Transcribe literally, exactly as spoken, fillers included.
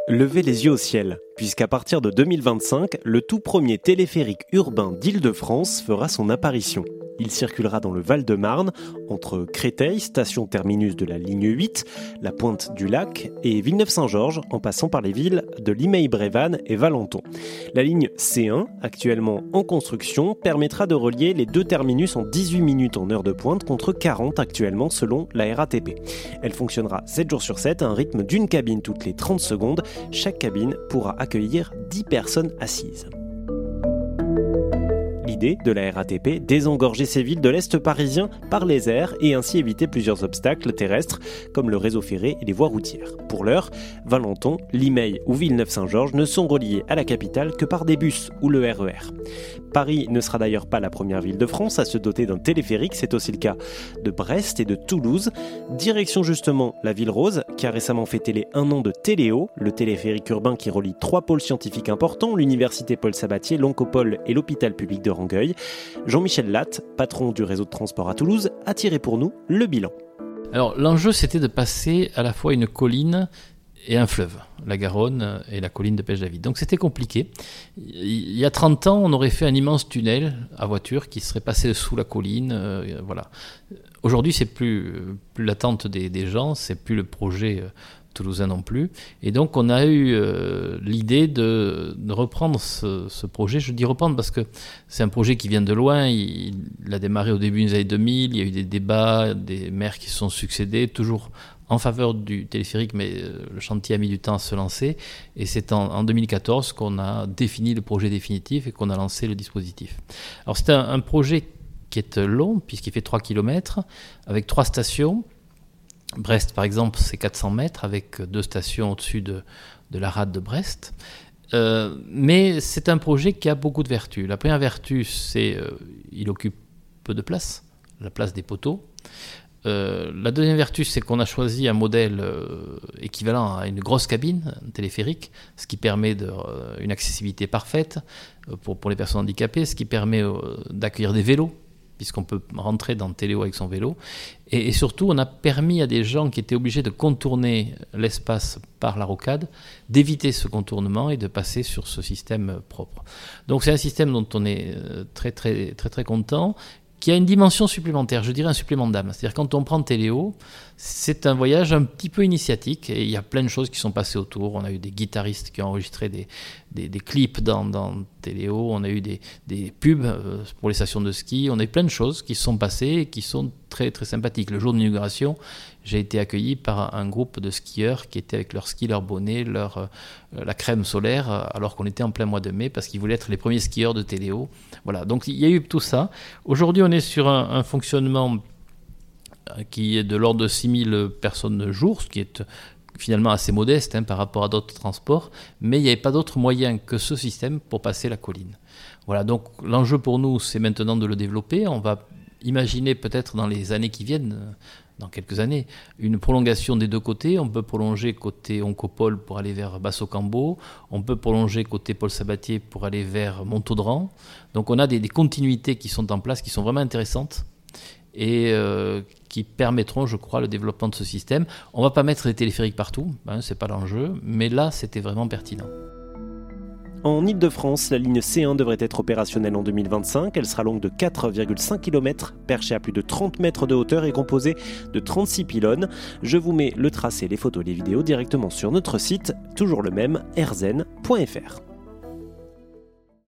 Levez les yeux au ciel, puisqu'à partir de deux mille vingt-cinq, le tout premier téléphérique urbain d'Île-de-France fera son apparition. Il circulera dans le Val-de-Marne, entre Créteil, station terminus de la ligne huit, la Pointe du Lac et Villeneuve-Saint-Georges, en passant par les villes de Limeil-Brévannes et Valenton. La ligne C un, actuellement en construction, permettra de relier les deux terminus en dix-huit minutes en heure de pointe contre quarante actuellement selon la R A T P. Elle fonctionnera sept jours sur sept à un rythme d'une cabine toutes les trente secondes. Chaque cabine pourra accueillir dix personnes assises. L'idée de la R A T P, désengorger ces villes de l'Est parisien par les airs et ainsi éviter plusieurs obstacles terrestres comme le réseau ferré et les voies routières. Pour l'heure, Valenton, Limeil ou Villeneuve-Saint-Georges ne sont reliés à la capitale que par des bus ou le R E R. Paris ne sera d'ailleurs pas la première ville de France à se doter d'un téléphérique, c'est aussi le cas de Brest et de Toulouse. Direction justement la Ville Rose, qui a récemment fêté les un an de Téléo, le téléphérique urbain qui relie trois pôles scientifiques importants, l'université Paul Sabatier, l'Oncopole et l'hôpital public de Rangueil. Jean-Michel Latte, patron du réseau de transport à Toulouse, a tiré pour nous le bilan. Alors l'enjeu c'était de passer à la fois une colline et un fleuve, la Garonne et la colline de Pêche-David. Donc c'était compliqué. Il y a trente ans, on aurait fait un immense tunnel à voiture qui serait passé sous la colline. Euh, voilà. Aujourd'hui, c'est plus, plus l'attente des, des gens, c'est plus le projet euh, toulousain non plus. Et donc on a eu euh, l'idée de, de reprendre ce, ce projet. Je dis reprendre parce que c'est un projet qui vient de loin. Il, il a démarré au début des années deux mille. Il y a eu des débats, des maires qui se sont succédés, toujours en faveur du téléphérique, mais le chantier a mis du temps à se lancer. Et c'est en, en deux mille quatorze qu'on a défini le projet définitif et qu'on a lancé le dispositif. Alors c'est un, un projet qui est long, puisqu'il fait trois kilomètres, avec trois stations. Brest, par exemple, c'est quatre cents mètres, avec deux stations au-dessus de, de la rade de Brest. Euh, mais c'est un projet qui a beaucoup de vertus. La première vertu, c'est qu'il euh, occupe peu de place, la place des poteaux. Euh, la deuxième vertu, c'est qu'on a choisi un modèle euh, équivalent à une grosse cabine, un téléphérique, ce qui permet de, euh, une accessibilité parfaite euh, pour, pour les personnes handicapées, ce qui permet euh, d'accueillir des vélos, puisqu'on peut rentrer dans Téléo avec son vélo. Et, et surtout, on a permis à des gens qui étaient obligés de contourner l'espace par la rocade, d'éviter ce contournement et de passer sur ce système propre. Donc c'est un système dont on est très très très très content, qui a une dimension supplémentaire, je dirais un supplément d'âme. C'est-à-dire quand on prend Téléo, c'est un voyage un petit peu initiatique et il y a plein de choses qui sont passées autour. On a eu des guitaristes qui ont enregistré des, des, des clips dans, dans Téléo, on a eu des, des pubs pour les stations de ski, on a eu plein de choses qui se sont passées et qui sont très très sympathiques. Le jour de l'inauguration, j'ai été accueilli par un groupe de skieurs qui étaient avec leur ski, leur bonnet, leur, euh, la crème solaire, alors qu'on était en plein mois de mai parce qu'ils voulaient être les premiers skieurs de Téléo. Voilà, donc il y a eu tout ça. Aujourd'hui, on est sur un, un fonctionnement qui est de l'ordre de six mille personnes jour, ce qui est finalement assez modeste hein, par rapport à d'autres transports, mais il n'y avait pas d'autre moyen que ce système pour passer la colline. Voilà, donc l'enjeu pour nous, c'est maintenant de le développer. On va imaginer peut-être dans les années qui viennent, dans quelques années, une prolongation des deux côtés. On peut prolonger côté Oncopole pour aller vers Basso-Cambo, on peut prolonger côté Paul Sabatier pour aller vers Montaudran. Donc on a des, des continuités qui sont en place, qui sont vraiment intéressantes et euh, qui permettront, je crois, le développement de ce système. On ne va pas mettre des téléphériques partout, hein, ce n'est pas l'enjeu, mais là, c'était vraiment pertinent. En Île-de-France, la ligne C un devrait être opérationnelle en deux mille vingt-cinq. Elle sera longue de quatre virgule cinq kilomètres, perchée à plus de trente mètres de hauteur et composée de trente-six pylônes. Je vous mets le tracé, les photos et les vidéos directement sur notre site, toujours le même, erzen point f r.